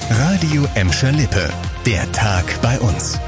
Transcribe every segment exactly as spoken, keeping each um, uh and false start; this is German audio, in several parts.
Radio Emscher Lippe. Der Tag bei uns.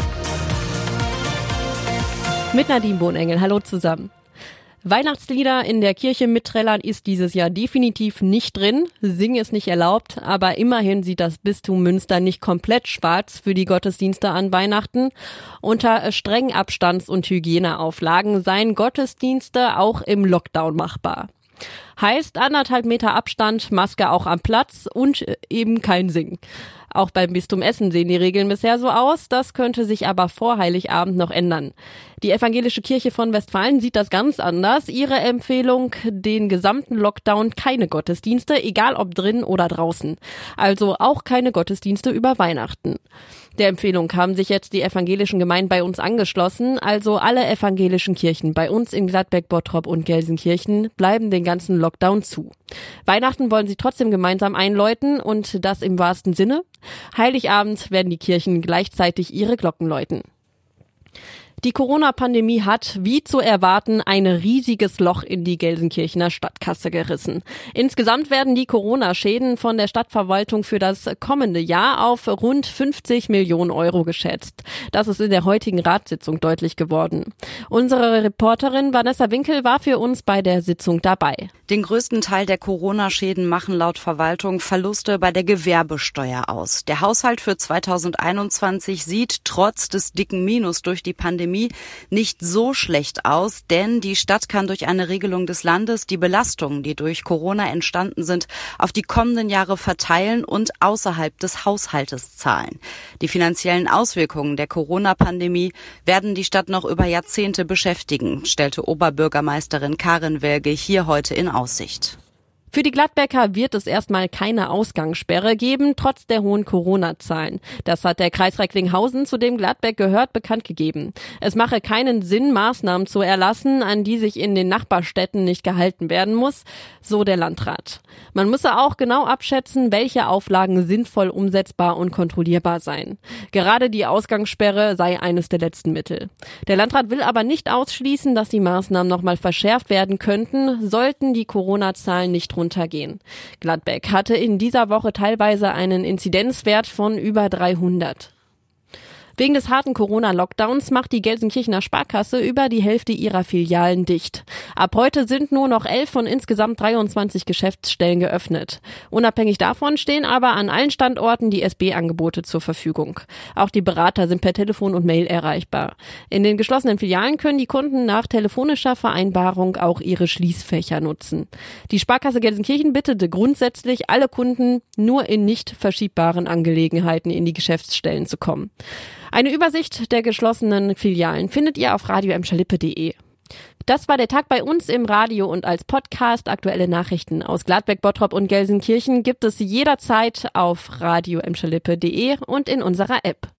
Mit Nadine Bohnengel. Hallo zusammen. Weihnachtslieder in der Kirche mitträllern ist dieses Jahr definitiv nicht drin. Singen ist nicht erlaubt, aber immerhin sieht das Bistum Münster nicht komplett schwarz für die Gottesdienste an Weihnachten. Unter strengen Abstands- und Hygieneauflagen seien Gottesdienste auch im Lockdown machbar. Heißt anderthalb Meter Abstand, Maske auch am Platz und eben kein Singen. Auch beim Bistum Essen sehen die Regeln bisher so aus, das könnte sich aber vor Heiligabend noch ändern. Die Evangelische Kirche von Westfalen sieht das ganz anders. Ihre Empfehlung, den gesamten Lockdown keine Gottesdienste, egal ob drin oder draußen. Also auch keine Gottesdienste über Weihnachten. Der Empfehlung haben sich jetzt die evangelischen Gemeinden bei uns angeschlossen, also alle evangelischen Kirchen bei uns in Gladbeck, Bottrop und Gelsenkirchen bleiben den ganzen Lockdown zu. Weihnachten wollen sie trotzdem gemeinsam einläuten und das im wahrsten Sinne. Heiligabend werden die Kirchen gleichzeitig ihre Glocken läuten. Die Corona-Pandemie hat, wie zu erwarten, ein riesiges Loch in die Gelsenkirchener Stadtkasse gerissen. Insgesamt werden die Corona-Schäden von der Stadtverwaltung für das kommende Jahr auf rund fünfzig Millionen Euro geschätzt. Das ist in der heutigen Ratssitzung deutlich geworden. Unsere Reporterin Vanessa Winkel war für uns bei der Sitzung dabei. Den größten Teil der Corona-Schäden machen laut Verwaltung Verluste bei der Gewerbesteuer aus. Der Haushalt für zweitausendeinundzwanzig sieht trotz des dicken Minus durch die Pandemie nicht so schlecht aus, denn die Stadt kann durch eine Regelung des Landes die Belastungen, die durch Corona entstanden sind, auf die kommenden Jahre verteilen und außerhalb des Haushaltes zahlen. Die finanziellen Auswirkungen der Corona-Pandemie werden die Stadt noch über Jahrzehnte beschäftigen, stellte Oberbürgermeisterin Karin Welge hier heute in Aussicht. Für die Gladbecker wird es erstmal keine Ausgangssperre geben, trotz der hohen Corona-Zahlen. Das hat der Kreis Recklinghausen, zu dem Gladbeck gehört, bekannt gegeben. Es mache keinen Sinn, Maßnahmen zu erlassen, an die sich in den Nachbarstädten nicht gehalten werden muss, so der Landrat. Man müsse auch genau abschätzen, welche Auflagen sinnvoll umsetzbar und kontrollierbar seien. Gerade die Ausgangssperre sei eines der letzten Mittel. Der Landrat will aber nicht ausschließen, dass die Maßnahmen nochmal verschärft werden könnten, sollten die Corona-Zahlen nicht runtergehen. Gladbeck hatte in dieser Woche teilweise einen Inzidenzwert von über dreihundert. Wegen des harten Corona-Lockdowns macht die Gelsenkirchener Sparkasse über die Hälfte ihrer Filialen dicht. Ab heute sind nur noch elf von insgesamt dreiundzwanzig Geschäftsstellen geöffnet. Unabhängig davon stehen aber an allen Standorten die S B-Angebote zur Verfügung. Auch die Berater sind per Telefon und Mail erreichbar. In den geschlossenen Filialen können die Kunden nach telefonischer Vereinbarung auch ihre Schließfächer nutzen. Die Sparkasse Gelsenkirchen bittete grundsätzlich alle Kunden, nur in nicht verschiebbaren Angelegenheiten in die Geschäftsstellen zu kommen. Eine Übersicht der geschlossenen Filialen findet ihr auf radio emscher lippe punkt de. Das war der Tag bei uns im Radio und als Podcast. Aktuelle Nachrichten aus Gladbeck, Bottrop und Gelsenkirchen gibt es jederzeit auf radio emscher lippe punkt de und in unserer App.